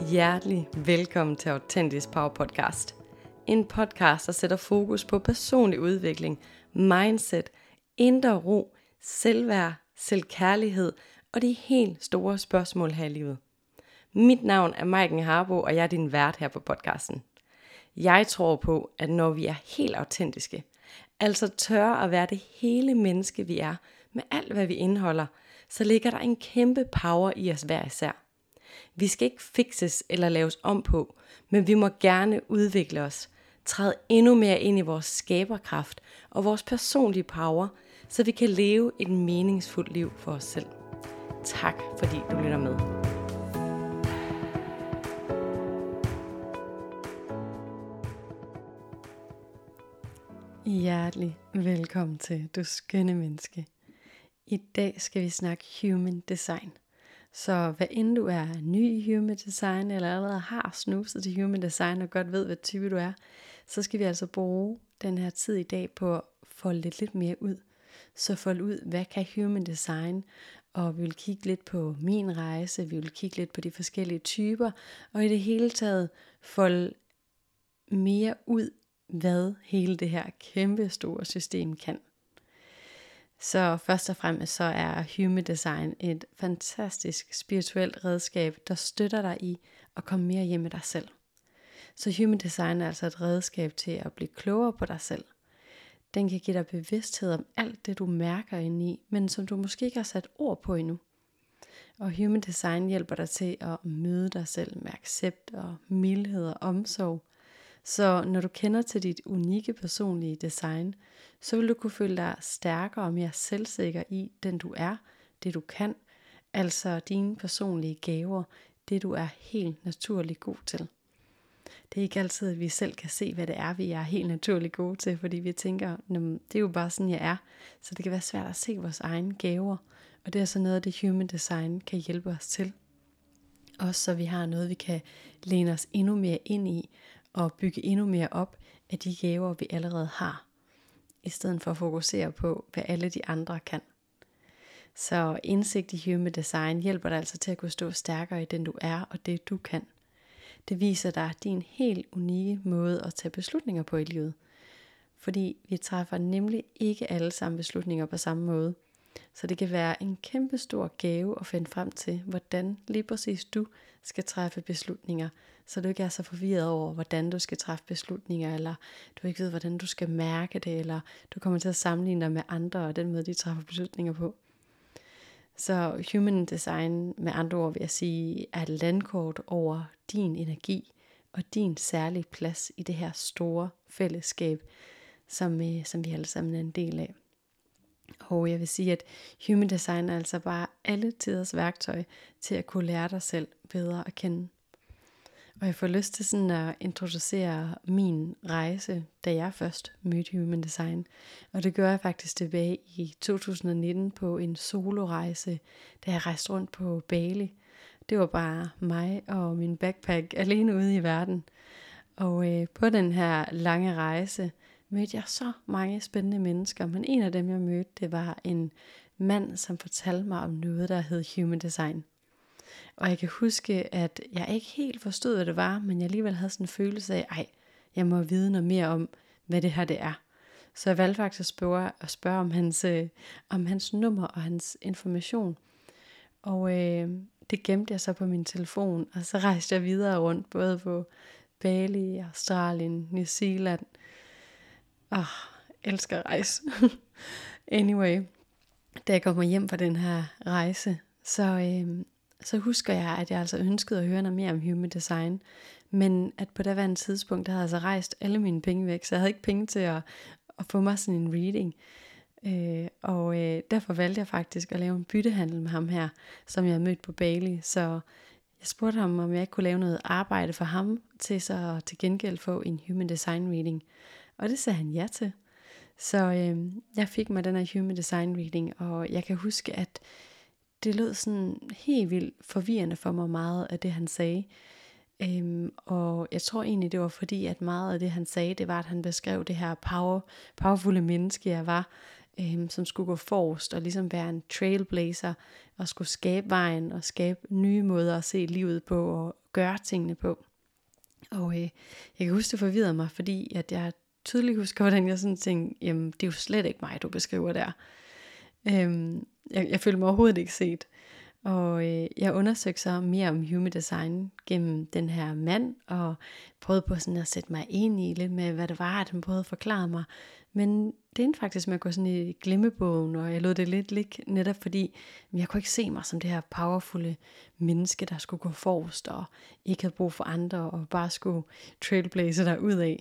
Hjertelig velkommen til Autentisk Power Podcast. En podcast, der sætter fokus på personlig udvikling, mindset, indre ro, selvværd, selvkærlighed og de helt store spørgsmål her i livet. Mit navn er Maiken Harbo, og jeg er din vært her på podcasten. Jeg tror på, at når vi er helt autentiske, altså tør at være det hele menneske vi er, med alt hvad vi indeholder, så ligger der en kæmpe power i os hver især. Vi skal ikke fikses eller laves om på, men vi må gerne udvikle os, træde endnu mere ind i vores skaberkraft og vores personlige power, så vi kan leve et meningsfuldt liv for os selv. Tak fordi du lytter med. Hjertelig velkommen til du skønne menneske. I dag skal vi snakke human design. Så hvad end du er ny i human design, eller allerede har snuset til human design og godt ved, hvad type du er, så skal vi altså bruge den her tid i dag på at folde lidt mere ud. Så folde ud, hvad kan human design, og vi vil kigge lidt på min rejse, vi vil kigge lidt på de forskellige typer, og i det hele taget folde mere ud, hvad hele det her kæmpe store system kan. Så først og fremmest så er human design et fantastisk spirituelt redskab, der støtter dig i at komme mere hjem med dig selv. Så human design er altså et redskab til at blive klogere på dig selv. Den kan give dig bevidsthed om alt det du mærker indeni, men som du måske ikke har sat ord på endnu. Og human design hjælper dig til at møde dig selv med accept og mildhed og omsorg. Så når du kender til dit unikke personlige design, så vil du kunne føle dig stærkere og mere selvsikker i den du er, det du kan, altså dine personlige gaver, det du er helt naturligt god til. Det er ikke altid, at vi selv kan se, hvad det er, vi er helt naturligt gode til, fordi vi tænker, det er jo bare sådan, jeg er, så det kan være svært at se vores egne gaver, og det er så noget af det human design kan hjælpe os til. Også så vi har noget, vi kan læne os endnu mere ind i, og bygge endnu mere op af de gaver, vi allerede har, i stedet for at fokusere på, hvad alle de andre kan. Så indsigt i human design hjælper dig altså til at kunne stå stærkere i den du er, og det du kan. Det viser dig din helt unikke måde at tage beslutninger på i livet. Fordi vi træffer nemlig ikke alle sammen beslutninger på samme måde. Så det kan være en kæmpe stor gave at finde frem til, hvordan lige præcis du skal træffe beslutninger, så du ikke er så forvirret over, hvordan du skal træffe beslutninger, eller du ikke ved, hvordan du skal mærke det, eller du kommer til at sammenligne dig med andre, og den måde, de træffer beslutninger på. Så human design, med andre ord vil jeg sige, er et landkort over din energi, og din særlige plads i det her store fællesskab, som vi alle sammen er en del af. Og jeg vil sige, at human design er altså bare alle tiders værktøj til at kunne lære dig selv bedre at kende. Og jeg får lyst til sådan at introducere min rejse, da jeg først mødte human design. Og det gør jeg faktisk tilbage i 2019 på en solorejse, da jeg rejste rundt på Bali. Det var bare mig og min backpack alene ude i verden. Og på den her lange rejse mødte jeg så mange spændende mennesker, men en af dem jeg mødte, det var en mand, som fortalte mig om noget, der hed human design. Og jeg kan huske, at jeg ikke helt forstod, hvad det var, men jeg alligevel havde sådan en følelse af, jeg må vide noget mere om, hvad det her det er. Så jeg valgte faktisk at spørge om hans nummer og hans information. Og det gemte jeg så på min telefon, og så rejste jeg videre rundt, både på Bali, Australien, New Zealand. Elsker at rejse. Anyway, da jeg kommer hjem fra den her rejse, så husker jeg, at jeg altså ønskede at høre noget mere om human design. Men at på daværende tidspunkt, der havde jeg altså rejst alle mine penge væk, så jeg havde ikke penge til at få mig sådan en reading. Og derfor valgte jeg faktisk at lave en byttehandel med ham her, som jeg havde mødt på Bali. Så jeg spurgte ham, om jeg ikke kunne lave noget arbejde for ham, til så til gengæld få en human design reading. Og det sagde han ja til. Så jeg fik mig den her human design reading, og jeg kan huske, at det lød sådan helt vildt forvirrende for mig meget af det han sagde. Og jeg tror egentlig det var fordi, at meget af det han sagde, det var at han beskrev det her powerfulde menneske jeg var, som skulle gå forrest og ligesom være en trailblazer og skulle skabe vejen og skabe nye måder at se livet på og gøre tingene på. Og jeg kan huske, det forvirrede mig, fordi at jeg tydeligt husker, hvordan jeg sådan tænkte, jamen det er jo slet ikke mig, du beskriver der. Jeg følte mig overhovedet ikke set. Og jeg undersøgte så mere om human design gennem den her mand, og prøvede på sådan at sætte mig ind i lidt med, hvad det var, at han prøvede at forklare mig. Men det endte faktisk med at gå sådan i glemmebogen, og jeg lod det lidt ligge, netop fordi jeg kunne ikke se mig som det her powerfulde menneske, der skulle gå forrest, og ikke havde brug for andre, og bare skulle trailblaze derudad.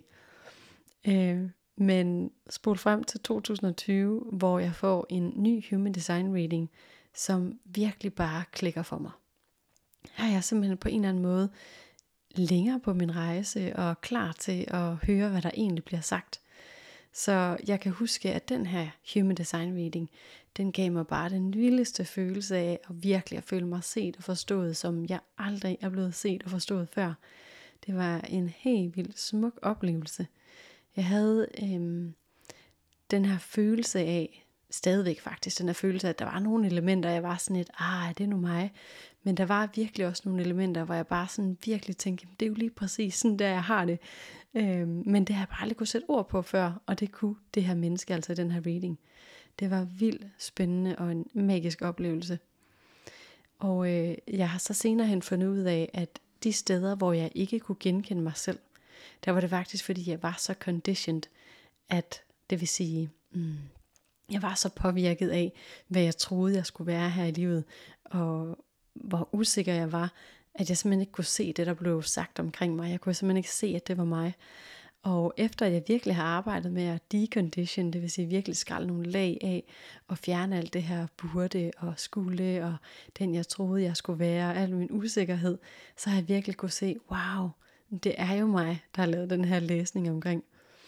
Men spol frem til 2020, hvor jeg får en ny human design reading, som virkelig bare klikker for mig. Her er jeg simpelthen på en eller anden måde længere på min rejse og klar til at høre, hvad der egentlig bliver sagt. Så jeg kan huske, at den her human design reading, den gav mig bare den vildeste følelse af at virkelig at føle mig set og forstået, som jeg aldrig er blevet set og forstået før. Det var en helt vildt smuk oplevelse. Jeg havde den her følelse af, stadigvæk faktisk, den her følelse af, at der var nogle elementer, jeg var sådan lidt, er det nu mig? Men der var virkelig også nogle elementer, hvor jeg bare sådan virkelig tænkte, det er jo lige præcis sådan der, jeg har det. Men det har jeg bare aldrig kunne sætte ord på før, og det kunne det her menneske, altså den her reading. Det var vildt spændende og en magisk oplevelse. Og jeg har så senere hen fundet ud af, at de steder, hvor jeg ikke kunne genkende mig selv, der var det faktisk, fordi jeg var så conditioned, at det vil sige, jeg var så påvirket af, hvad jeg troede, jeg skulle være her i livet, og hvor usikker jeg var, at jeg simpelthen ikke kunne se det, der blev sagt omkring mig. Jeg kunne simpelthen ikke se, at det var mig. Og efter at jeg virkelig har arbejdet med at decondition, det vil sige virkelig skrælle nogle lag af, og fjerne alt det her burde og skulle, og den jeg troede, jeg skulle være, al min usikkerhed, så har jeg virkelig kunne se, wow, det er jo mig, der har lavet den her læsning omkring.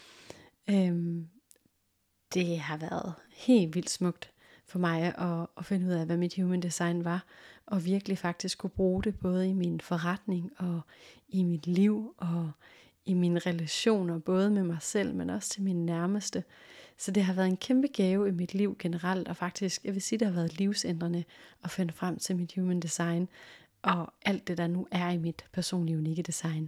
Det har været helt vildt smukt for mig at finde ud af, hvad mit human design var, og virkelig faktisk kunne bruge det både i min forretning og i mit liv og i mine relationer, både med mig selv, men også til mine nærmeste. Så det har været en kæmpe gave i mit liv generelt, og faktisk, jeg vil sige, det har været livsændrende at finde frem til mit human design, og alt det, der nu er i mit personlige unikke design.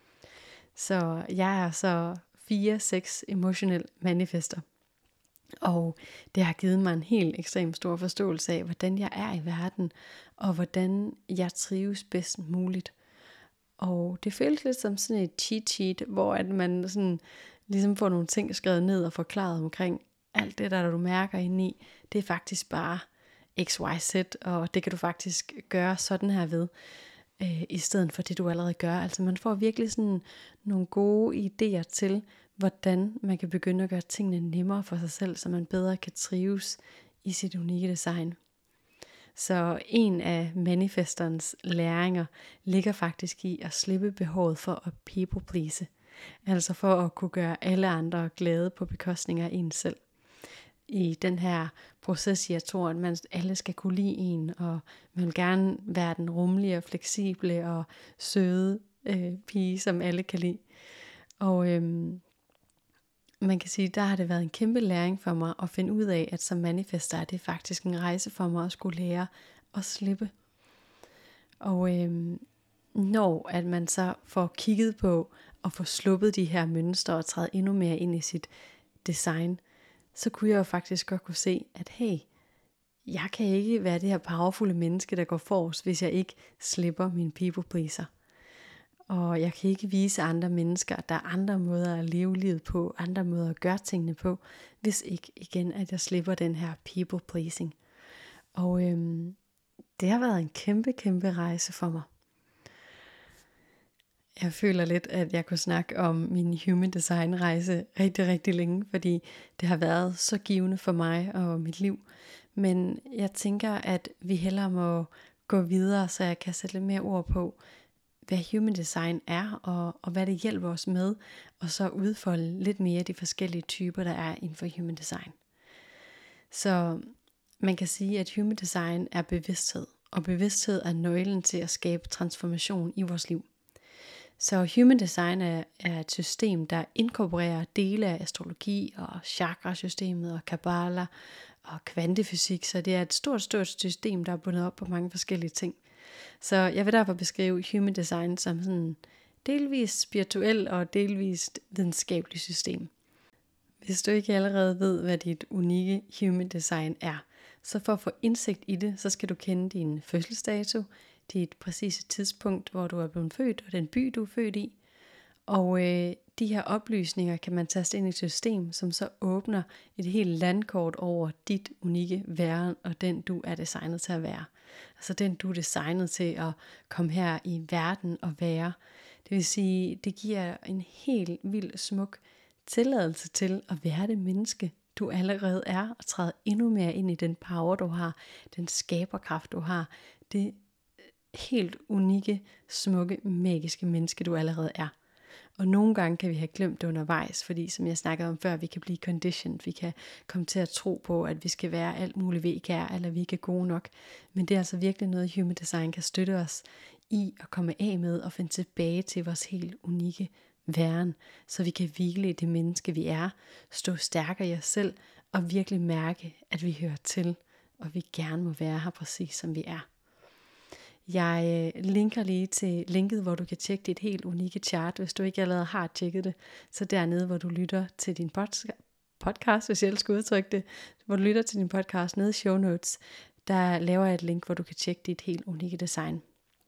Så jeg er så 4-6 emotional manifester. Og det har givet mig en helt ekstremt stor forståelse af, hvordan jeg er i verden, og hvordan jeg trives bedst muligt. Og det føles lidt som sådan et cheat sheet, hvor at man sådan, ligesom får nogle ting skrevet ned og forklaret omkring alt det, der du mærker indeni. Det er faktisk bare XYZ, og det kan du faktisk gøre sådan her ved, i stedet for det, du allerede gør. Altså man får virkelig sådan nogle gode idéer til, hvordan man kan begynde at gøre tingene nemmere for sig selv, så man bedre kan trives i sit unikke design. Så en af manifesterens læringer ligger faktisk i at slippe behovet for at people please. Altså for at kunne gøre alle andre glade på bekostning af en selv. I den her proces, jeg tror, at man alle skal kunne lide en, og man vil gerne være den rummelige og fleksible og søde pige, som alle kan lide. Og man kan sige, der har det været en kæmpe læring for mig at finde ud af, at som manifester er det faktisk en rejse for mig at skulle lære at slippe. Og når at man så får kigget på og får sluppet de her mønstre og træde endnu mere ind i sit design, så kunne jeg jo faktisk godt kunne se, at hey, jeg kan ikke være det her powerfulde menneske, der går forrest, hvis jeg ikke slipper min people pleaser. Og jeg kan ikke vise andre mennesker, at der er andre måder at leve livet på, andre måder at gøre tingene på, hvis ikke igen, at jeg slipper den her people pleasing. Og det har været en kæmpe, kæmpe rejse for mig. Jeg føler lidt, at jeg kunne snakke om min human design rejse rigtig, rigtig længe, fordi det har været så givende for mig og mit liv. Men jeg tænker, at vi hellere må gå videre, så jeg kan sætte lidt mere ord på, hvad human design er, og hvad det hjælper os med, og så udfolde lidt mere de forskellige typer, der er inden for human design. Så man kan sige, at human design er bevidsthed, og bevidsthed er nøglen til at skabe transformation i vores liv. Så human design er et system, der inkorporerer dele af astrologi og chakrasystemet og kabbala og kvantefysik, så det er et stort, stort system, der er bundet op på mange forskellige ting. Så jeg vil derfor beskrive Human Design som sådan delvist spirituel og delvist videnskabeligt system. Hvis du ikke allerede ved, hvad dit unikke Human Design er, så for at få indsigt i det, så skal du kende din fødselsdato, dit præcise tidspunkt, hvor du er blevet født, og den by, du er født i. Og de her oplysninger kan man taste ind i et system, som så åbner et helt landkort over dit unikke væren, og den du er designet til at være. Altså den du er designet til at komme her i verden og være. Det vil sige, det giver en helt vild smuk tilladelse til at være det menneske, du allerede er, og træde endnu mere ind i den power, du har, den skaberkraft, du har, det helt unikke, smukke, magiske menneske, du allerede er. Og nogle gange kan vi have glemt det undervejs, fordi som jeg snakkede om før, vi kan blive conditioned, vi kan komme til at tro på, at vi skal være alt muligt, vi ikke er, eller vi ikke er gode nok. Men det er altså virkelig noget, Human Design kan støtte os i at komme af med og finde tilbage til vores helt unikke væren, så vi kan hvile i det menneske, vi er, stå stærkere i os selv, og virkelig mærke, at vi hører til, og vi gerne må være her præcis som vi er. Jeg linker lige til linket, hvor du kan tjekke dit helt unikke chart, hvis du ikke allerede har tjekket det. Så dernede, hvor du lytter til din podcast, hvis jeg skal udtrykke det, hvor du lytter til din podcast nede i show notes, der laver jeg et link, hvor du kan tjekke dit helt unikke design.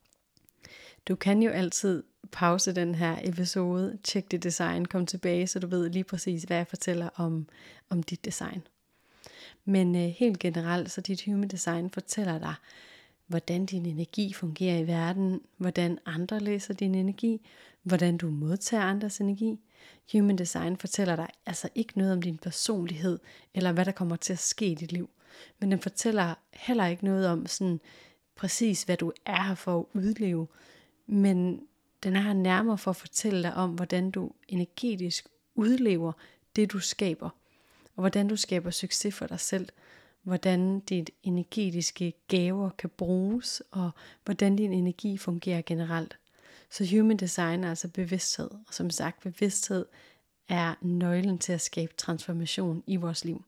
Du kan jo altid pause den her episode, tjek dit design, kom tilbage, så du ved lige præcis, hvad jeg fortæller om dit design. Men helt generelt, så dit Human Design fortæller dig, hvordan din energi fungerer i verden, hvordan andre læser din energi, hvordan du modtager andres energi. Human Design fortæller dig altså ikke noget om din personlighed, eller hvad der kommer til at ske i dit liv. Men den fortæller heller ikke noget om sådan præcis, hvad du er her for at udleve. Men den er her nærmere for at fortælle dig om, hvordan du energetisk udlever det, du skaber. Og hvordan du skaber succes for dig selv. Hvordan dit energetiske gaver kan bruges, og hvordan din energi fungerer generelt. Så Human Design er altså bevidsthed, og som sagt, bevidsthed er nøglen til at skabe transformation i vores liv.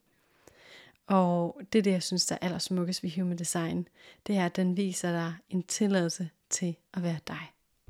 Og det jeg synes, der er allersmukkest ved Human Design, det er, at den viser dig en tilladelse til at være dig.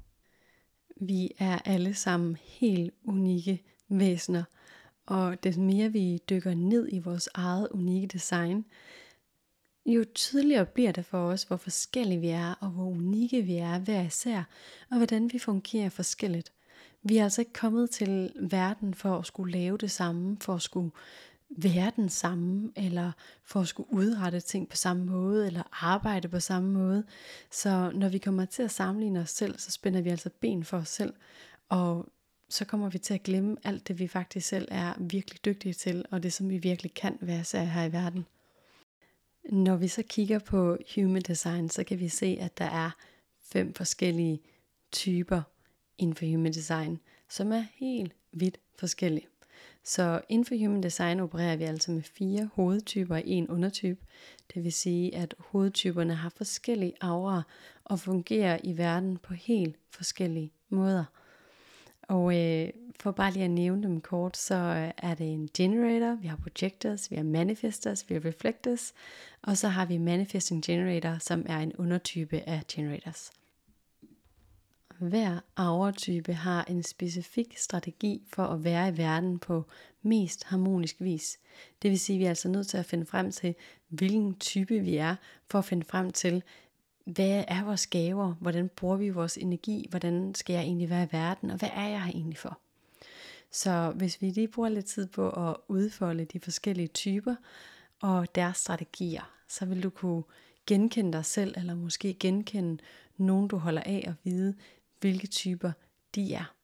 Vi er alle sammen helt unikke væsener, og des mere vi dykker ned i vores eget unikke design, jo tydeligere bliver det for os, hvor forskellige vi er, og hvor unikke vi er hver især, og hvordan vi fungerer forskelligt. Vi er altså ikke kommet til verden for at skulle lave det samme, for at skulle være den samme, eller for at skulle udrette ting på samme måde, eller arbejde på samme måde. Så når vi kommer til at sammenligne os selv, så spænder vi altså ben for os selv, og så kommer vi til at glemme alt det, vi faktisk selv er virkelig dygtige til, og det, som vi virkelig kan være her i verden. Når vi så kigger på Human Design, så kan vi se, at der er 5 forskellige typer inden for Human Design, som er helt vidt forskellige. Så inden for Human Design opererer vi altså med 4 hovedtyper og 1 undertype. Det vil sige, at hovedtyperne har forskellige auraer og fungerer i verden på helt forskellige måder. Og for bare lige at nævne dem kort, så er det en generator, vi har projectors, vi har manifestors, vi har reflectors, og så har vi manifesting generator, som er en undertype af generators. Hver auratype har en specifik strategi for at være i verden på mest harmonisk vis. Det vil sige, at vi er altså nødt til at finde frem til, hvilken type vi er, for at finde frem til, hvad er vores gaver, hvordan bruger vi vores energi, hvordan skal jeg egentlig være i verden, og hvad er jeg her egentlig for? Så hvis vi lige bruger lidt tid på at udfolde de forskellige typer og deres strategier, så vil du kunne genkende dig selv, eller måske genkende nogen, du holder af, og vide, hvilke typer de er.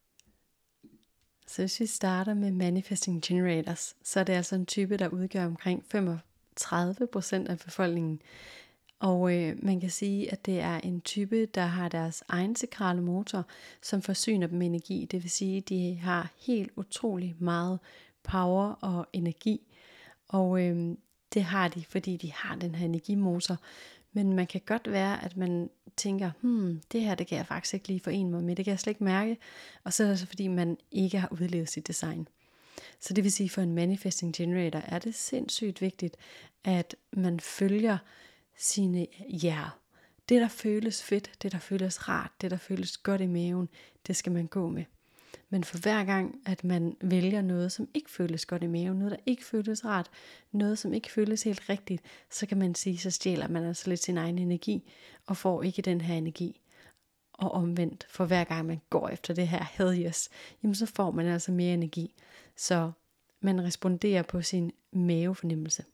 Så hvis vi starter med Manifesting Generators, så er det altså en type, der udgør omkring 35% af befolkningen. Og man kan sige, at det er en type, der har deres egen sakrale motor, som forsyner dem med energi. Det vil sige, at de har helt utrolig meget power og energi. Og det har de, fordi de har den her energimotor. Men man kan godt være, at man tænker, det her, det kan jeg faktisk ikke lige forene mig med. Det kan jeg slet ikke mærke. Og så er det så, fordi man ikke har udlevet sit design. Så det vil sige, for en Manifesting Generator er det sindssygt vigtigt, at man følger sine Det, der føles fedt, det, der føles rart, det, der føles godt i maven, det skal man gå med. Men for hver gang, at man vælger noget, som ikke føles godt i maven, noget, der ikke føles rart, noget, som ikke føles helt rigtigt, så kan man sige, så stjæler man altså lidt sin egen energi, og får ikke den her energi. Og omvendt, for hver gang man går efter det her hell yes, jamen så får man altså mere energi. Så man responderer på sin mavefornemmelse.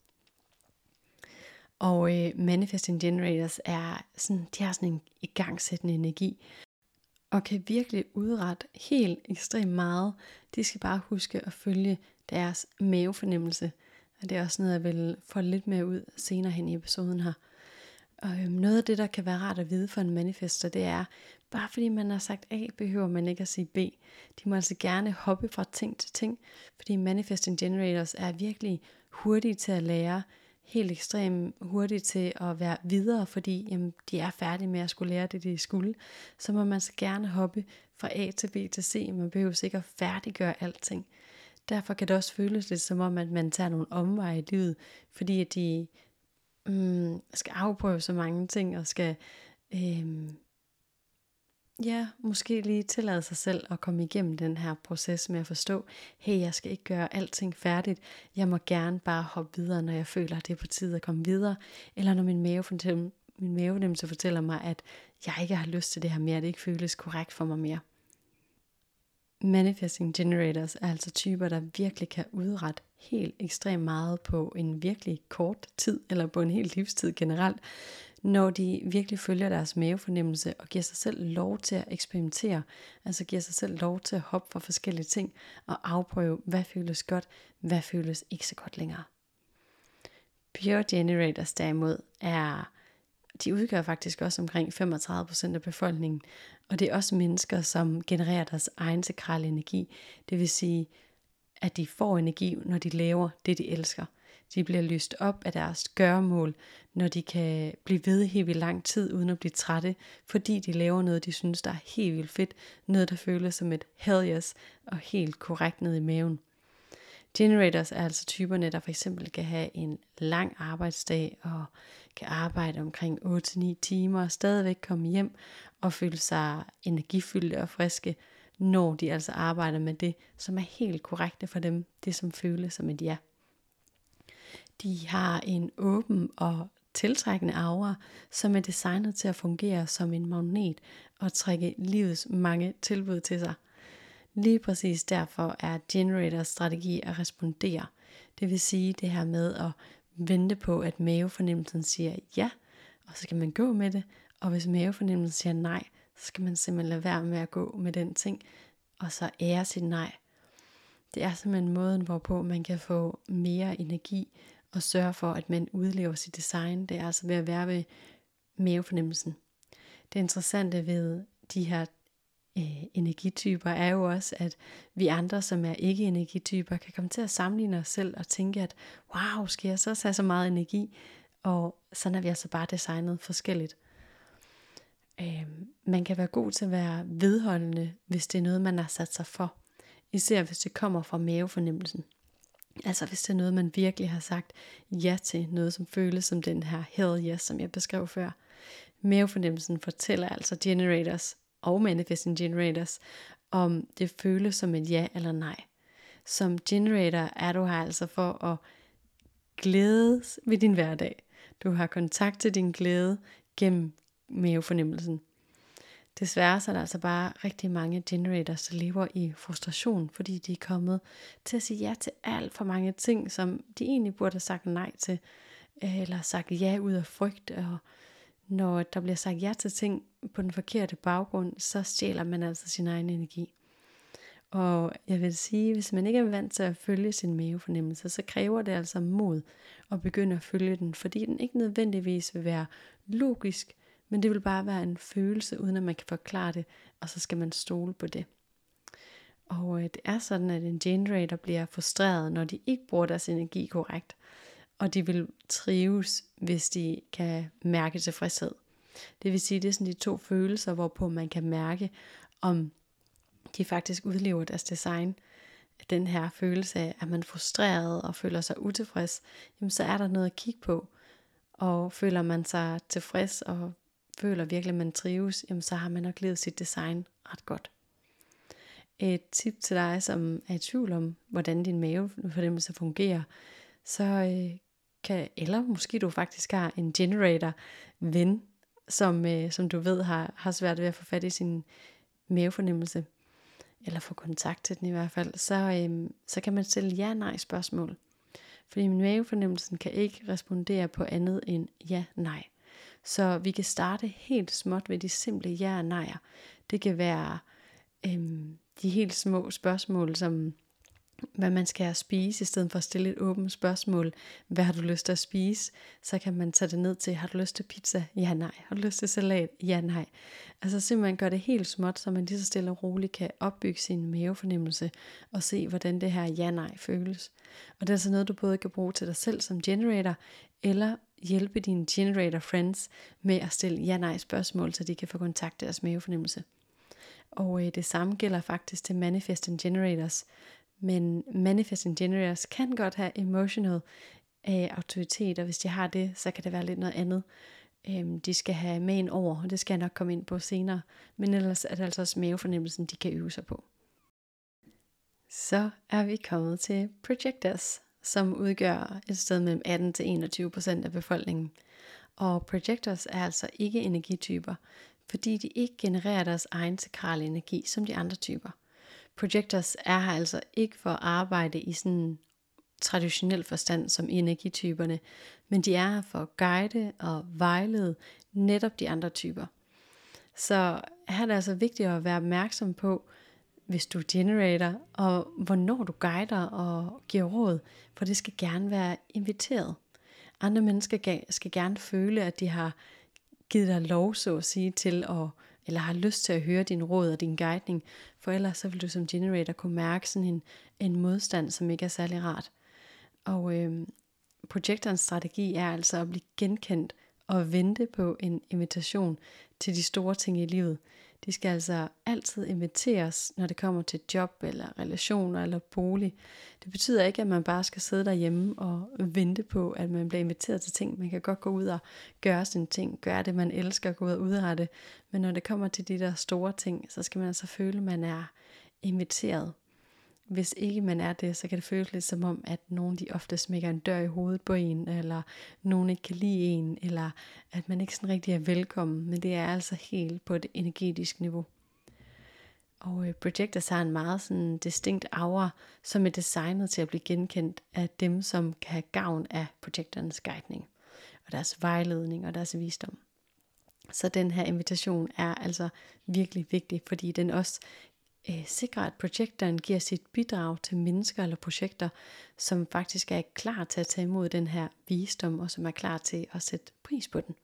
Og manifesting generators de har sådan en igangsættende energi, og kan virkelig udrette helt ekstremt meget. De skal bare huske at følge deres mavefornemmelse. Og det er også noget, jeg vil få lidt mere ud senere hen i episoden her. Og noget af det, der kan være rart at vide for en manifester, det er, bare fordi man har sagt A, behøver man ikke at sige B. De må altså gerne hoppe fra ting til ting, fordi manifesting generators er virkelig hurtige til at lære, helt ekstremt hurtige til at være videre, fordi jamen, de er færdige med at skulle lære det, de skulle. Så må man så gerne hoppe fra A til B til C, man behøver ikke at færdiggøre alting. Derfor kan det også føles lidt som om, at man tager nogle omveje i livet, fordi at de skal afprøve så mange ting, og skal måske lige tillade sig selv at komme igennem den her proces med at forstå, hey, jeg skal ikke gøre alting færdigt, jeg må gerne bare hoppe videre, når jeg føler, at det er på tide at komme videre, eller når min mavefornemmelse fortæller mig, at jeg ikke har lyst til det her mere, at det ikke føles korrekt for mig mere. Manifesting generators er altså typer, der virkelig kan udrette helt ekstremt meget på en virkelig kort tid, eller på en hel livstid generelt, når de virkelig følger deres mavefornemmelse og giver sig selv lov til at eksperimentere, altså giver sig selv lov til at hoppe fra forskellige ting og afprøve, hvad føles godt, hvad føles ikke så godt længere. Pure generators derimod de udgør faktisk også omkring 35% af befolkningen, og det er også mennesker, som genererer deres egen sakrale energi. Det vil sige, at de får energi, når de laver det, de elsker. De bliver lyst op af deres gøremål, når de kan blive ved helt vildt lang tid, uden at blive trætte, fordi de laver noget, de synes, der er helt vildt fedt, noget, der føles som et hell yes, og helt korrekt ned i maven. Generators er altså typerne, der for eksempel kan have en lang arbejdsdag og kan arbejde omkring 8-9 timer og stadigvæk komme hjem og føle sig energifyldte og friske, når de altså arbejder med det, som er helt korrekte for dem, det som føles som et ja. De har en åben og tiltrækkende aura, som er designet til at fungere som en magnet og trække livets mange tilbud til sig. Lige præcis derfor er generators strategi at respondere. Det vil sige det her med at vente på, at mavefornemmelsen siger ja, og så skal man gå med det. Og hvis mavefornemmelsen siger nej, så skal man simpelthen lade være med at gå med den ting, og så ære sit nej. Det er simpelthen måden, hvorpå man kan få mere energi og sørge for, at man udlever sit design. Det er altså ved at være ved mavefornemmelsen. Det interessante ved de her energityper er jo også, at vi andre, som er ikke energityper, kan komme til at sammenligne os selv og tænke, at wow, skal jeg så have så meget energi? Og sådan er vi altså bare designet forskelligt. Man kan være god til at være vedholdende, hvis det er noget, man har sat sig for. Især hvis det kommer fra mavefornemmelsen. Altså hvis det er noget, man virkelig har sagt ja til, noget som føles som den her hell yes, som jeg beskrev før. Mavefornemmelsen fortæller altså generators og manifesting generators, om det føles som et ja eller nej. Som generator er du her altså for at glædes ved din hverdag. Du har kontakt til din glæde gennem mavefornemmelsen. Desværre så er der altså bare rigtig mange generators, der lever i frustration, fordi de er kommet til at sige ja til alt for mange ting, som de egentlig burde have sagt nej til, eller sagt ja ud af frygt. Og når der bliver sagt ja til ting på den forkerte baggrund, så stjæler man altså sin egen energi. Og jeg vil sige, hvis man ikke er vant til at følge sin mavefornemmelse, så kræver det altså mod at begynde at følge den, fordi den ikke nødvendigvis vil være logisk, men det vil bare være en følelse, uden at man kan forklare det, og så skal man stole på det. Og det er sådan, at en generator bliver frustreret, når de ikke bruger deres energi korrekt. Og de vil trives, hvis de kan mærke tilfredshed. Det vil sige, det er sådan de to følelser, hvorpå man kan mærke, om de faktisk udlever deres design. Den her følelse af, at man er frustreret og føler sig utilfreds, jamen så er der noget at kigge på. Og føler man sig tilfreds og føler virkelig, at man trives, jamen så har man nok levet sit design ret godt. Et tip til dig, som er i tvivl om, hvordan din mavefornemmelse fungerer, så eller måske du faktisk har en generator ven, som du ved har svært ved at få fat i sin mavefornemmelse, eller få kontakt til den i hvert fald, så kan man stille ja-nej spørgsmål. Fordi mavefornemmelsen kan ikke respondere på andet end ja-nej. Så vi kan starte helt småt ved de simple ja og nejer. Det kan være de helt små spørgsmål, som hvad man skal spise, i stedet for at stille et åbent spørgsmål. Hvad har du lyst til at spise? Så kan man tage det ned til, har du lyst til pizza? Ja, nej. Har du lyst til salat? Ja, nej. Altså simpelthen gøre det helt småt, så man lige så stille og roligt kan opbygge sin mavefornemmelse og se, hvordan det her ja-nej føles. Og det er altså noget, du både kan bruge til dig selv som generator, eller hjælpe dine generator friends med at stille ja-nej spørgsmål, så de kan få kontakt til deres mavefornemmelse. Og det samme gælder faktisk til manifesting generators. Men manifesting generators kan godt have emotional autoritet, og hvis de har det, så kan det være lidt noget andet. De skal have med ind over, og det skal jeg nok komme ind på senere. Men ellers er det altså også mavefornemmelsen, de kan øve sig på. Så er vi kommet til projectors, som udgør et sted mellem 18-21% af befolkningen. Og projectors er altså ikke energityper, fordi de ikke genererer deres egen sakrale energi som de andre typer. Projectors er her altså ikke for at arbejde i sådan traditionel forstand som energityperne, men de er her for at guide og vejlede netop de andre typer. Så her er det altså vigtigt at være opmærksom på, hvis du generator, og hvornår du guider og giver råd, for det skal gerne være inviteret. Andre mennesker skal gerne føle, at de har givet dig lov, så at sige, til at, eller har lyst til at høre din råd og din guidning, for ellers så vil du som generator kunne mærke sådan en modstand, som ikke er særlig rart. Og projektorens strategi er altså at blive genkendt og vente på en invitation til de store ting i livet. De skal altså altid inviteres, når det kommer til job eller relationer eller bolig. Det betyder ikke, at man bare skal sidde derhjemme og vente på, at man bliver inviteret til ting. Man kan godt gå ud og gøre sine ting, gøre det, man elsker, gå ud og udrette. Men når det kommer til de der store ting, så skal man altså føle, at man er inviteret. Hvis ikke man er det, så kan det føles lidt som om, at nogen de ofte smækker en dør i hovedet på en, eller nogen ikke kan lide en, eller at man ikke sådan rigtig er velkommen, men det er altså helt på et energetisk niveau. Og projectors har en meget sådan distinkt aura, som er designet til at blive genkendt af dem, som kan have gavn af projektorens guidning, og deres vejledning og deres visdom. Så den her invitation er altså virkelig vigtig, fordi den også sikrer, at projektoren giver sit bidrag til mennesker eller projekter, som faktisk er klar til at tage imod den her visdom, og som er klar til at sætte pris på den.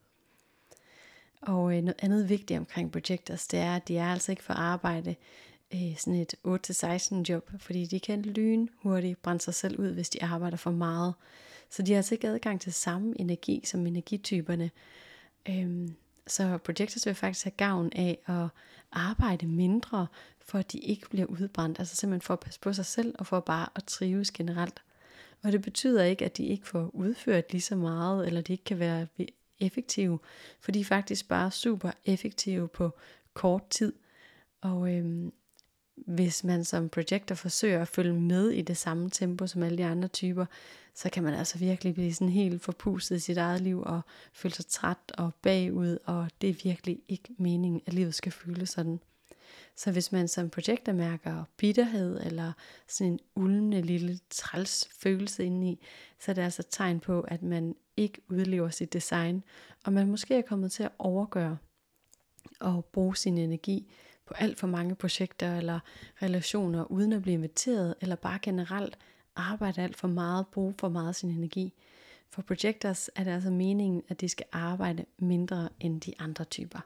Og noget andet vigtigt omkring projectors, det er, at de er altså ikke for at arbejde sådan et 8-16 job, fordi de kan lynhurtigt brænde sig selv ud, hvis de arbejder for meget. Så de har altså ikke adgang til samme energi som energityperne. Så projectors vil faktisk have gavn af at arbejde mindre, for at de ikke bliver udbrændt. Altså simpelthen for at passe på sig selv, og for bare at trives generelt. Og det betyder ikke, at de ikke får udført lige så meget, eller de ikke kan være effektive, for de er faktisk bare super effektive på kort tid. Og hvis man som projector forsøger at følge med i det samme tempo som alle de andre typer, så kan man altså virkelig blive sådan helt forpustet i sit eget liv og føle sig træt og bagud, og det er virkelig ikke meningen, at livet skal føles sådan. Så hvis man som projector mærker bitterhed eller sådan en ulmende lille træls følelse indeni, så er det altså et tegn på, at man ikke udlever sit design, og man måske er kommet til at overgøre og bruge sin energi på alt for mange projekter eller relationer, uden at blive inviteret, eller bare generelt arbejde alt for meget, bruge for meget af sin energi. For projectors er det altså meningen, at de skal arbejde mindre end de andre typer.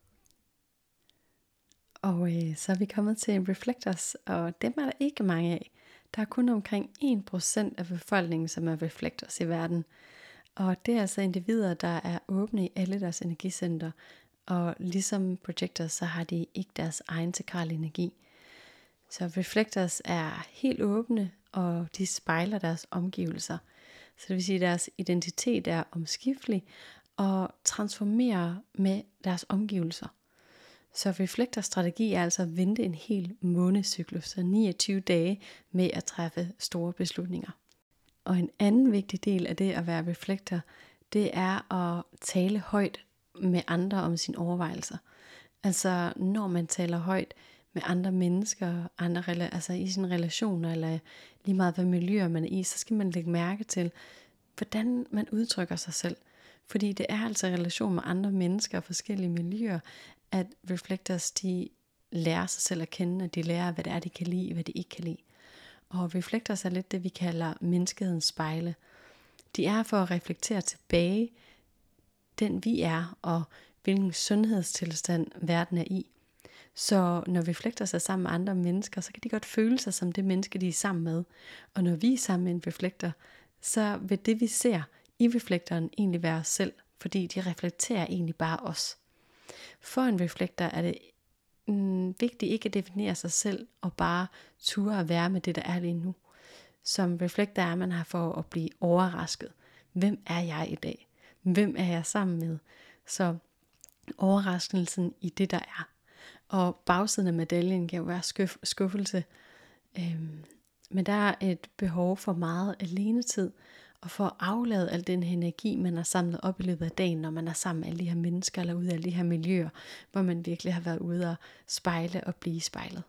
Og så er vi kommet til reflectors, og dem er der ikke mange af. Der er kun omkring 1% af befolkningen, som er reflectors i verden. Og det er altså individer, der er åbne i alle deres energicenter. Og ligesom projectors, så har de ikke deres egen sakrale energi. Så reflectors er helt åbne, og de spejler deres omgivelser. Så det vil sige, at deres identitet er omskiftelig, og transformere med deres omgivelser. Så reflektorstrategi er altså at vente en hel månedscyklus, så 29 dage med at træffe store beslutninger. Og en anden vigtig del af det at være reflektor, det er at tale højt med andre om sine overvejelser. Altså når man taler højt med andre mennesker, altså i sine relationer, eller lige meget hvad miljøer man er i, så skal man lægge mærke til, hvordan man udtrykker sig selv. Fordi det er altså i relation med andre mennesker og forskellige miljøer, at reflectors de lærer sig selv at kende, at de lærer, hvad det er, de kan lide, hvad de ikke kan lide. Og reflectors er lidt det, vi kalder menneskehedens spejle. De er for at reflektere tilbage, den vi er, og hvilken sundhedstilstand verden er i. Så når reflectors er sammen med andre mennesker, så kan de godt føle sig som det menneske, de er sammen med. Og når vi er sammen med en reflektor, så vil det vi ser i reflektoren egentlig være os selv, fordi de reflekterer egentlig bare os. For en reflektor er det vigtigt ikke at definere sig selv og bare ture at være med det, der er lige nu. Som reflektor er man her for at blive overrasket. Hvem er jeg i dag? Hvem er jeg sammen med? Så overraskelsen i det, der er. Og bagsiden af medaljen kan jo være skuffelse. Men der er et behov for meget alenetid, og for at aflade al den energi, man har samlet op i løbet af dagen, når man er sammen med alle de her mennesker, eller ude af alle de her miljøer, hvor man virkelig har været ude og spejle og blive spejlet.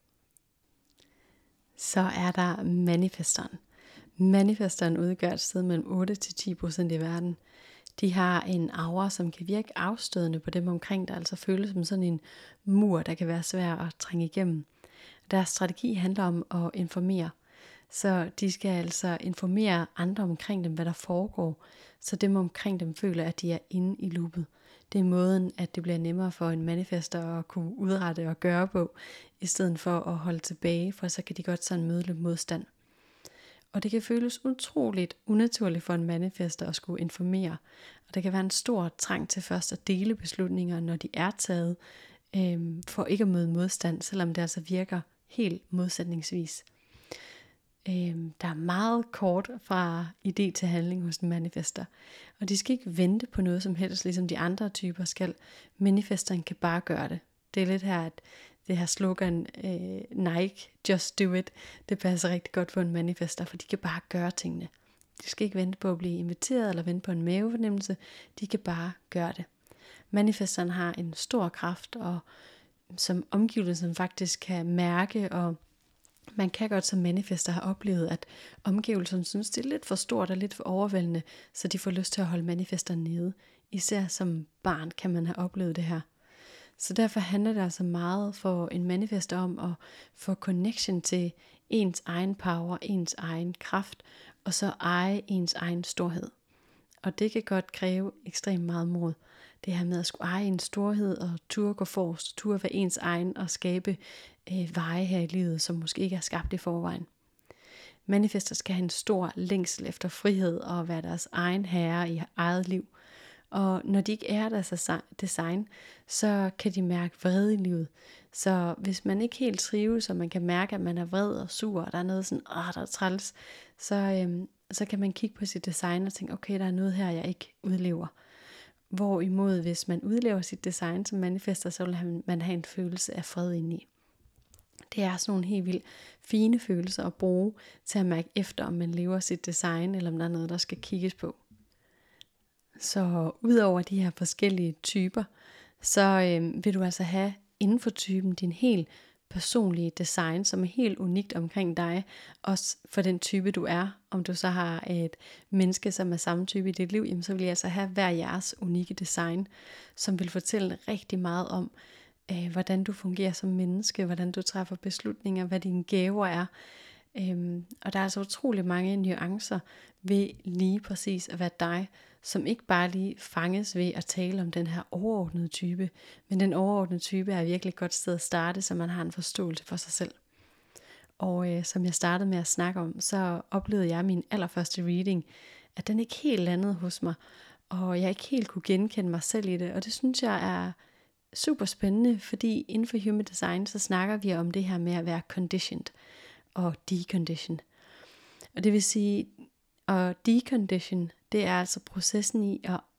Så er der manifestoren. Manifestoren udgør et sted mellem 8-10% i verden. De har en aura, som kan virke afstødende på dem omkring, der altså føles som sådan en mur, der kan være svær at trænge igennem. Deres strategi handler om at informere. Så de skal altså informere andre omkring dem, hvad der foregår, så dem omkring dem føler, at de er inde i loopet. Det er måden, at det bliver nemmere for en manifester at kunne udrette og gøre på, i stedet for at holde tilbage, for så kan de godt sådan møde lidt modstand. Og det kan føles utroligt unaturligt for en manifester at skulle informere. Og der kan være en stor trang til først at dele beslutninger, når de er taget, for ikke at møde modstand, selvom det altså virker helt modsætningsvis. Der er meget kort fra idé til handling hos en manifester. Og de skal ikke vente på noget som helst, ligesom de andre typer skal. Manifesteren kan bare gøre det. Det er lidt her, at det her slogan, Nike, just do it, det passer rigtig godt på en manifester, for de kan bare gøre tingene. De skal ikke vente på at blive inviteret, eller vente på en mavefornemmelse. De kan bare gøre det. Manifesteren har en stor kraft, og som omgivelsen faktisk kan mærke, og man kan godt som manifester have oplevet, at omgivelserne synes, det er lidt for stort og lidt for overvældende, så de får lyst til at holde manifesteren nede. Især som barn kan man have oplevet det her. Så derfor handler det altså meget for en manifester om at få connection til ens egen power, ens egen kraft, og så eje ens egen storhed. Og det kan godt kræve ekstremt meget mod. Det her med at skulle eje en storhed og turde gå forrest, turde være ens egen og skabe veje her i livet, som måske ikke er skabt i forvejen. Manifester skal have en stor længsel efter frihed og være deres egen herre i eget liv. Og når de ikke er deres design, så kan de mærke vrede i livet. Så hvis man ikke helt trives, og man kan mærke, at man er vred og sur, og der er noget sådan, der er træls, så kan man kigge på sit design og tænke, okay, der er noget her, jeg ikke udlever. Hvorimod, hvis man udlever sit design som manifester, så vil man have en følelse af fred indeni. Det er sådan nogle helt vildt fine følelser at bruge til at mærke efter, om man lever sit design, eller om der er noget, der skal kigges på. Så udover de her forskellige typer, så vil du altså have inden for typen din helt personlige design, som er helt unikt omkring dig, også for den type du er. Om du så har et menneske, som er samme type i dit liv, jamen så vil jeg altså have hver jeres unikke design, som vil fortælle rigtig meget om, hvordan du fungerer som menneske, hvordan du træffer beslutninger, hvad dine gaver er. Og der er altså utrolig mange nuancer ved lige præcis at være dig, som ikke bare lige fanges ved at tale om den her overordnede type, men den overordnede type er virkelig et godt sted at starte, så man har en forståelse for sig selv. Og som jeg startede med at snakke om, så oplevede jeg min allerførste reading, at den ikke helt landede hos mig, og jeg ikke helt kunne genkende mig selv i det, og det synes jeg er super spændende, fordi inden for Human Design, så snakker vi om det her med at være conditioned og deconditioned. Og det vil sige, at decondition, det er altså processen i at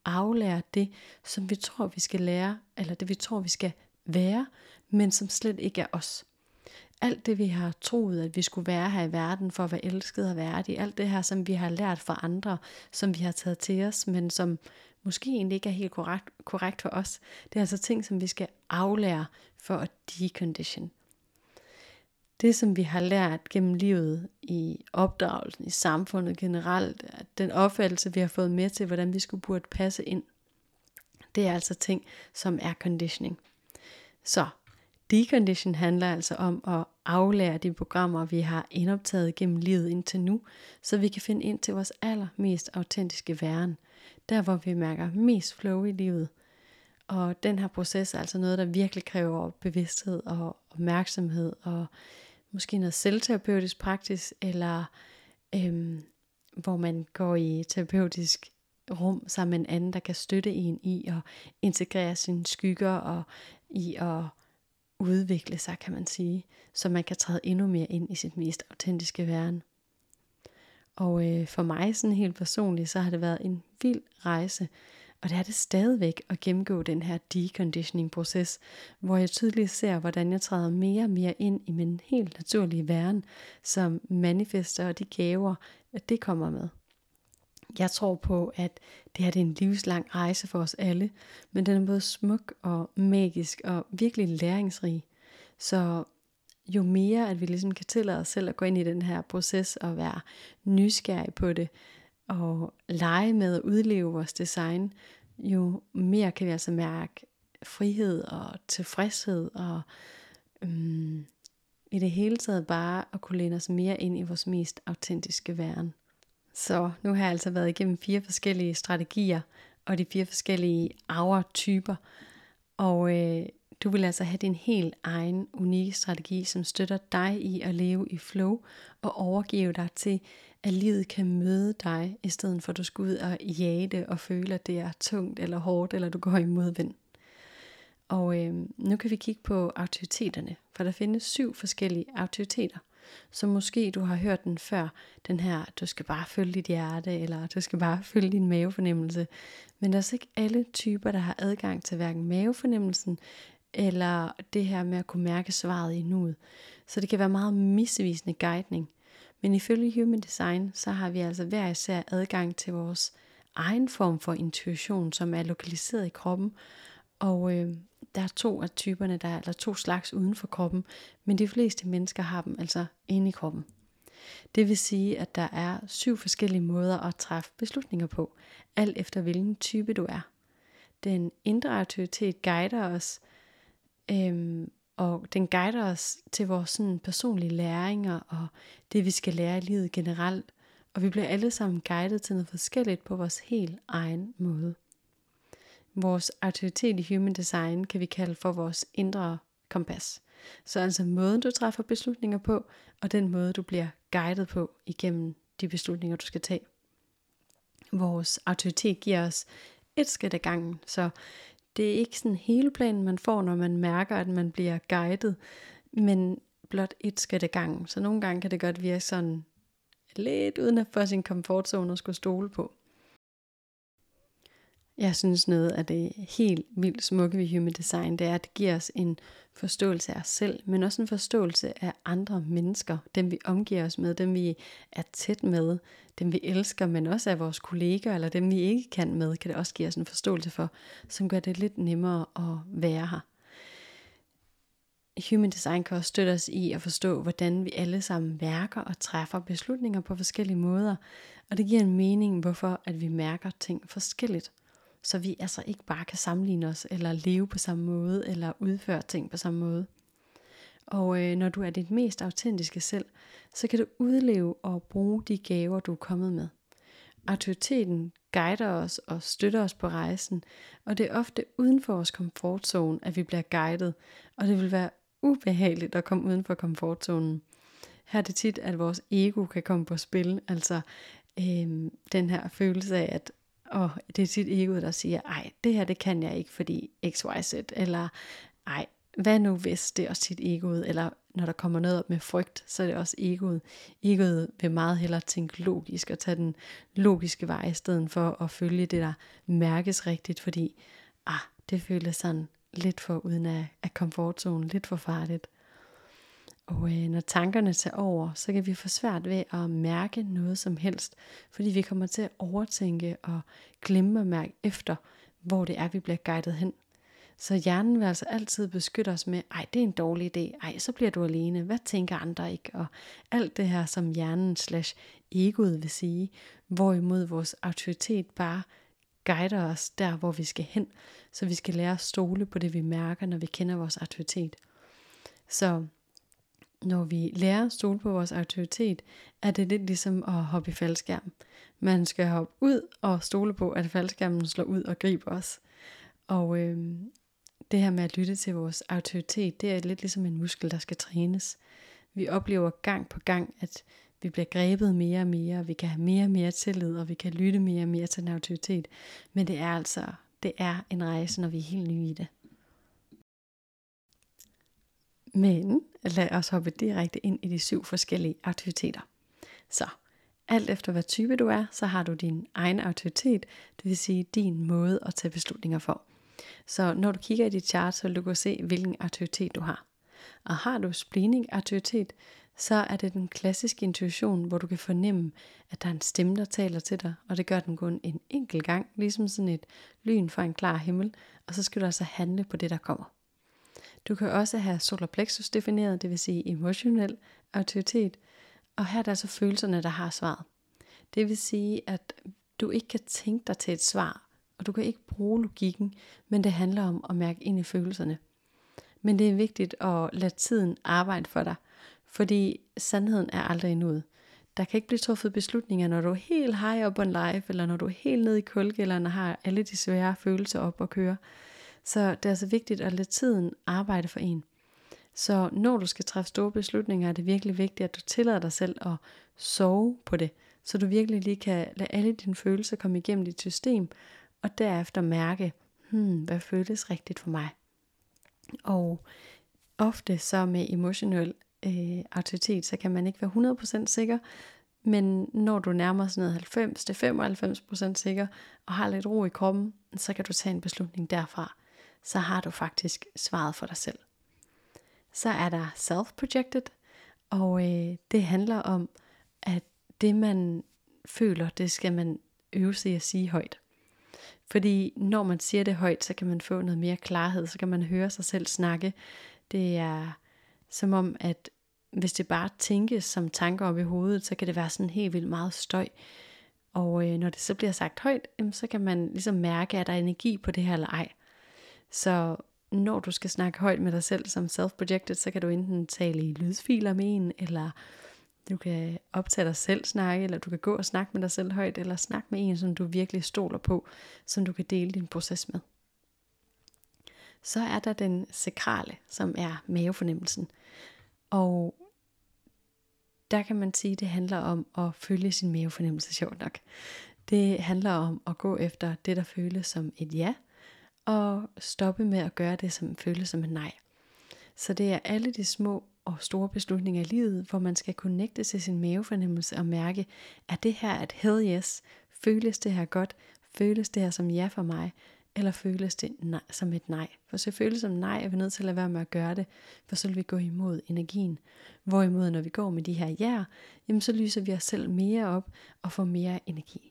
aflære det, som vi tror, vi skal lære, eller det vi tror, vi skal være, men som slet ikke er os. Alt det vi har troet, at vi skulle være her i verden for at være elsket og værdige, alt det her, som vi har lært fra andre, som vi har taget til os, men som måske egentlig ikke er helt korrekt for os. Det er altså ting, som vi skal aflære for at decondition. Det, som vi har lært gennem livet, i opdragelsen, i samfundet generelt, den opfattelse, vi har fået med til, hvordan vi burde passe ind, det er altså ting, som er conditioning. Så decondition handler altså om at aflære de programmer, vi har indoptaget gennem livet indtil nu, så vi kan finde ind til vores allermest autentiske væren. Der, hvor vi mærker mest flow i livet. Og den her proces er altså noget, der virkelig kræver bevidsthed og opmærksomhed, og måske noget selvterapeutisk praksis, eller hvor man går i terapeutisk rum sammen med en anden, der kan støtte en i at integrere sine skygger og i at udvikle sig, kan man sige, så man kan træde endnu mere ind i sit mest autentiske væren. Og for mig sådan helt personligt, så har det været en vild rejse, og det er det stadigvæk at gennemgå den her deconditioning proces, hvor jeg tydeligt ser, hvordan jeg træder mere og mere ind i min helt naturlige væren, som manifester og de gaver, at det kommer med. Jeg tror på, at det her det er en livslang rejse for os alle, men den er både smuk og magisk og virkelig læringsrig. Så jo mere, at vi ligesom kan tillade os selv at gå ind i den her proces og være nysgerrig på det, og lege med at udleve vores design, jo mere kan vi altså mærke frihed og tilfredshed, og i det hele taget bare at kunne læne os mere ind i vores mest autentiske væren. Så nu har jeg altså været igennem 4 forskellige strategier, og de 4 forskellige aura-typer, og du vil altså have din helt egen unikke strategi, som støtter dig i at leve i flow, og overgive dig til, at livet kan møde dig, i stedet for at du skal ud og jage det, og føle, at det er tungt eller hårdt, eller du går i modvind. Og nu kan vi kigge på autoriteterne, for der findes 7 forskellige autoriteter. Så måske du har hørt den før, den her, du skal bare følge dit hjerte, eller du skal bare følge din mavefornemmelse. Men der er altså ikke alle typer, der har adgang til hverken mavefornemmelsen, eller det her med at kunne mærke svaret i nuet. Så det kan være meget misvisende guidning. Men ifølge Human Design, så har vi altså hver især adgang til vores egen form for intuition, som er lokaliseret i kroppen. Og der er 2 af typerne, der er 2 slags uden for kroppen, men de fleste mennesker har dem altså inde i kroppen. Det vil sige, at der er 7 forskellige måder at træffe beslutninger på, alt efter hvilken type du er. Den indre autoritet guider os, og den guider os til vores sådan personlige læringer, og det vi skal lære i livet generelt, og vi bliver alle sammen guidet til noget forskelligt på vores helt egen måde. Vores autoritet i Human Design kan vi kalde for vores indre kompas. Så altså måden du træffer beslutninger på, og den måde du bliver guidet på igennem de beslutninger du skal tage. Vores autoritet giver os et skridt ad gangen, så det er ikke sådan hele planen man får, når man mærker at man bliver guidet, men blot et skridt ad gangen. Så nogle gange kan det godt virke sådan lidt uden for sin komfortzone at skulle stole på. Jeg synes noget af det helt vildt smukke ved Human Design, det er, at det giver os en forståelse af os selv, men også en forståelse af andre mennesker, dem vi omgiver os med, dem vi er tæt med, dem vi elsker, men også af vores kolleger, eller dem vi ikke kan med, kan det også give os en forståelse for, som gør det lidt nemmere at være her. Human Design kan også støtte os i at forstå, hvordan vi alle sammen mærker og træffer beslutninger på forskellige måder, og det giver en mening, hvorfor at vi mærker ting forskelligt. Så vi altså ikke bare kan sammenligne os, eller leve på samme måde, eller udføre ting på samme måde. Og når du er dit mest autentiske selv, så kan du udleve og bruge de gaver, du er kommet med. Autoriteten guider os og støtter os på rejsen, og det er ofte uden for vores komfortzone, at vi bliver guidet, og det vil være ubehageligt at komme uden for komfortzonen. Her er det tit, at vores ego kan komme på spil, altså den her følelse af, at det er tit egoet, der siger, ej, det her det kan jeg ikke, fordi XYZ, eller ej, hvad nu hvis det er også tit egoet, eller når der kommer noget op med frygt, så er det også egoet. Egoet vil meget hellere tænke logisk og tage den logiske vej, i stedet for at følge det, der mærkes rigtigt, fordi det føles sådan lidt for uden af komfortzonen, lidt for farligt. Og når tankerne tager over, så kan vi få svært ved at mærke noget som helst, fordi vi kommer til at overtænke og glemme at mærke efter, hvor det er, vi bliver guidet hen. Så hjernen vil altså altid beskytte os med, det er en dårlig idé, så bliver du alene, hvad tænker andre ikke? Og alt det her, som hjernen / egoet vil sige, hvorimod vores autoritet bare guider os der, hvor vi skal hen. Så vi skal lære at stole på det, vi mærker, når vi kender vores autoritet. Så når vi lærer at stole på vores autoritet, er det lidt ligesom at hoppe i faldskærm. Man skal hoppe ud og stole på, at faldskærmen slår ud og griber os. Og det her med at lytte til vores autoritet, det er lidt ligesom en muskel, der skal trænes. Vi oplever gang på gang, at vi bliver grebet mere og mere, og vi kan have mere og mere tillid, og vi kan lytte mere og mere til den autoritet. Men det er en rejse, når vi er helt nye i det. Men lad os hoppe direkte ind i de 7 forskellige autoriteter. Så alt efter hvad type du er, så har du din egen autoritet, det vil sige din måde at tage beslutninger for. Så når du kigger i dit chart, så vil du kunne se, hvilken autoritet du har. Og har du splenic autoritet, så er det den klassiske intuition, hvor du kan fornemme, at der er en stemme, der taler til dig, og det gør den kun en enkelt gang, ligesom sådan et lyn fra en klar himmel, og så skal du altså handle på det, der kommer. Du kan også have solar plexus defineret, det vil sige emotionel autoritet, og her er det altså følelserne, der har svaret. Det vil sige, at du ikke kan tænke dig til et svar, og du kan ikke bruge logikken, men det handler om at mærke ind i følelserne. Men det er vigtigt at lade tiden arbejde for dig, fordi sandheden er aldrig endnu. Der kan ikke blive truffet beslutninger, når du er helt high up on life, eller når du er helt nede i kulkælderen og har alle de svære følelser op at køre. Så det er altså vigtigt at lade tiden arbejde for en. Så når du skal træffe store beslutninger, er det virkelig vigtigt, at du tillader dig selv at sove på det, så du virkelig lige kan lade alle dine følelser komme igennem dit system, og derefter mærke, hvad føles rigtigt for mig. Og ofte så med emotionel autoritet, så kan man ikke være 100% sikker, men når du nærmer sådan noget 90-95% sikker, og har lidt ro i kroppen, så kan du tage en beslutning derfra. Så har du faktisk svaret for dig selv. Så er der self-projected, og det handler om, at det man føler, det skal man øve sig at sige højt. Fordi når man siger det højt, så kan man få noget mere klarhed, så kan man høre sig selv snakke. Det er som om, at hvis det bare tænkes som tanker op i hovedet, så kan det være sådan helt vildt meget støj. Og når det så bliver sagt højt, så kan man ligesom mærke, at der er energi på det her eller ej. Så når du skal snakke højt med dig selv som self-projected, så kan du enten tale i lydfiler med en, eller du kan optage dig selv snakke, eller du kan gå og snakke med dig selv højt, eller snakke med en, som du virkelig stoler på, som du kan dele din proces med. Så er der den sakrale, som er mavefornemmelsen. Og der kan man sige, at det handler om at følge sin mavefornemmelse, sjovt nok. Det handler om at gå efter det, der føles som et ja, og stoppe med at gøre det, som føles som et nej. Så det er alle de små og store beslutninger i livet, hvor man skal connecte til sin mavefornemmelse og mærke, at det her er et hell yes, føles det her godt, føles det her som ja for mig, eller føles det nej, som et nej. For så føles som nej, er vi nødt til at lade være med at gøre det, for så vil vi gå imod energien. Hvorimod når vi går med de her ja, jamen så lyser vi os selv mere op og får mere energi.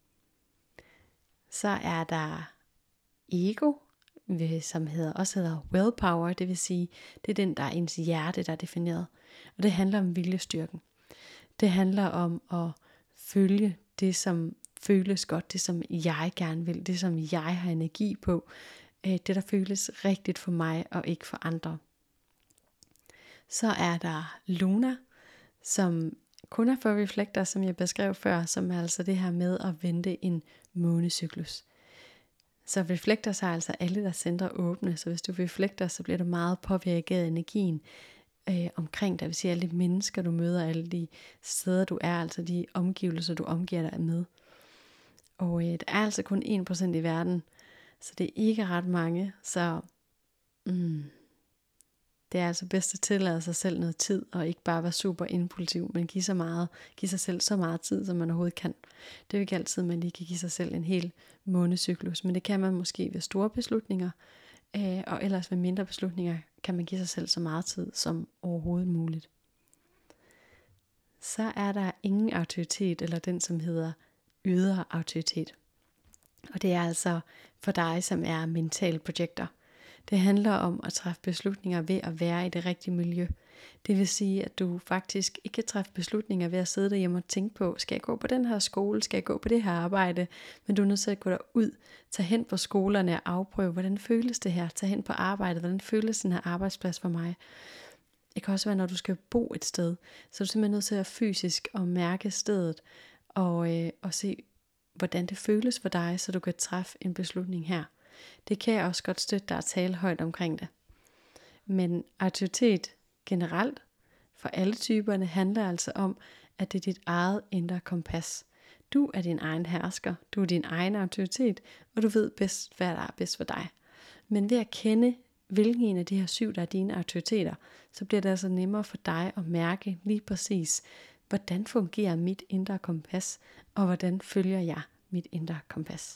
Så er der ego, som også hedder willpower, det vil sige, det er den, der er ens hjerte, der er defineret. Og det handler om viljestyrken. Det handler om at følge det, som føles godt, det som jeg gerne vil, det som jeg har energi på, det der føles rigtigt for mig og ikke for andre. Så er der Luna, som kun er for reflekter, som jeg beskrev før, som er altså det her med at vente en månecyklus. Så reflekter sig altså alle der centre åbne, så hvis du reflekter, så bliver du meget påvirket af energien omkring dig, det vil sige alle de mennesker du møder, alle de steder du er, altså de omgivelser du omgiver dig med. Og der er altså kun 1% i verden, så det er ikke ret mange, så Det er altså bedst at tillade sig selv noget tid, og ikke bare være super impulsiv, men give sig selv så meget tid, som man overhovedet kan. Det er jo ikke altid, man lige kan give sig selv en hel månedscyklus, men det kan man måske ved store beslutninger, og ellers ved mindre beslutninger kan man give sig selv så meget tid som overhovedet muligt. Så er der ingen autoritet, eller den som hedder ydre autoritet. Og det er altså for dig, som er mental projektor. Det handler om at træffe beslutninger ved at være i det rigtige miljø. Det vil sige, at du faktisk ikke kan træffe beslutninger ved at sidde derhjemme og tænke på, skal jeg gå på den her skole, skal jeg gå på det her arbejde, men du er nødt til at gå derud, tage hen på skolerne og afprøve, hvordan føles det her, tage hen på arbejdet, hvordan føles den her arbejdsplads for mig. Det kan også være, når du skal bo et sted, så er du simpelthen nødt til at fysisk og mærke stedet, og se, hvordan det føles for dig, så du kan træffe en beslutning her. Det kan jeg også godt støtte dig at tale højt omkring det. Men autoritet generelt for alle typerne handler altså om, at det er dit eget indre kompas. Du er din egen hersker, du er din egen autoritet, og du ved bedst, hvad der er bedst for dig. Men ved at kende, hvilken en af de her 7, der er dine autoriteter, så bliver det altså nemmere for dig at mærke lige præcis, hvordan fungerer mit indre kompas, og hvordan følger jeg mit indre kompas.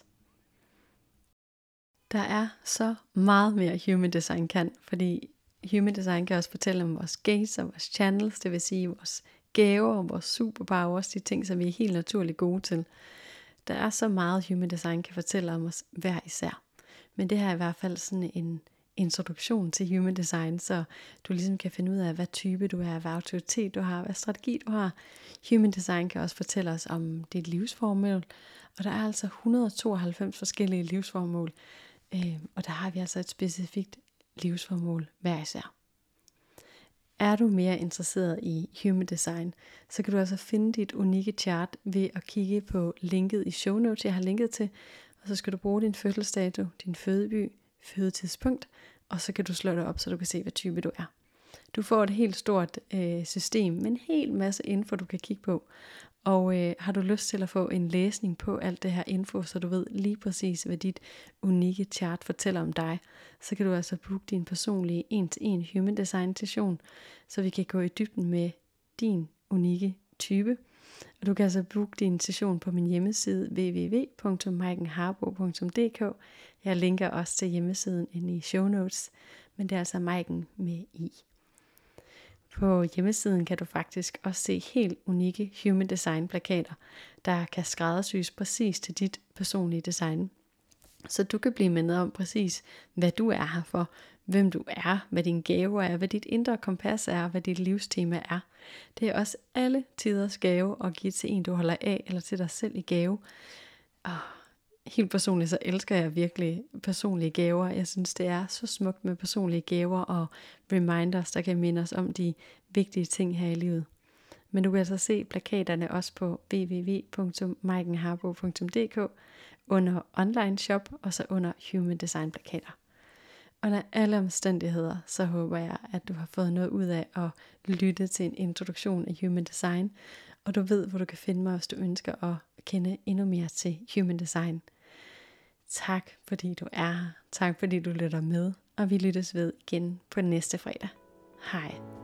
Der er så meget mere Human Design kan, fordi Human Design kan også fortælle om vores gates og vores channels, det vil sige vores gaver og vores superpowers, de ting, som vi er helt naturligt gode til. Der er så meget Human Design kan fortælle om os hver især. Men det her er i hvert fald sådan en introduktion til Human Design, så du ligesom kan finde ud af, hvad type du er, hvad autoritet du har, hvad strategi du har. Human Design kan også fortælle os om dit livsformål, og der er altså 192 forskellige livsformål, og der har vi altså et specifikt livsformål hver især. Er du mere interesseret i Human Design, så kan du altså finde dit unikke chart ved at kigge på linket i show notes, jeg har linket til, og så skal du bruge din fødselsdato, din fødeby, fødetidspunkt, og så kan du slå det op, så du kan se, hvad type du er. Du får et helt stort system med en hel masse info, du kan kigge på. Og har du lyst til at få en læsning på alt det her info, så du ved lige præcis, hvad dit unikke chart fortæller om dig, så kan du altså booke din personlige 1-til-1 Human Design session, så vi kan gå i dybden med din unikke type. Og du kan altså booke din session på min hjemmeside www.maikenharbo.dk. Jeg linker også til hjemmesiden inde i show notes, men det er altså Maiken med i. På hjemmesiden kan du faktisk også se helt unikke Human Design plakater, der kan skræddersys præcis til dit personlige design. Så du kan blive mindet om præcis, hvad du er her for, hvem du er, hvad dine gaver er, hvad dit indre kompas er, hvad dit livstema er. Det er også alle tiders gave at give til en, du holder af, eller til dig selv i gave. Og helt personligt så elsker jeg virkelig personlige gaver. Jeg synes, det er så smukt med personlige gaver og reminders, der kan minde os om de vigtige ting her i livet. Men du kan altså se plakaterne også på www.maikenharbo.dk under online shop og så under Human Design plakater. Under alle omstændigheder, så håber jeg, at du har fået noget ud af at lytte til en introduktion af Human Design, og du ved, hvor du kan finde mig, hvis du ønsker at kende endnu mere til Human Design. Tak fordi du er her. Tak fordi du lytter med, og vi lyttes ved igen på næste fredag. Hej.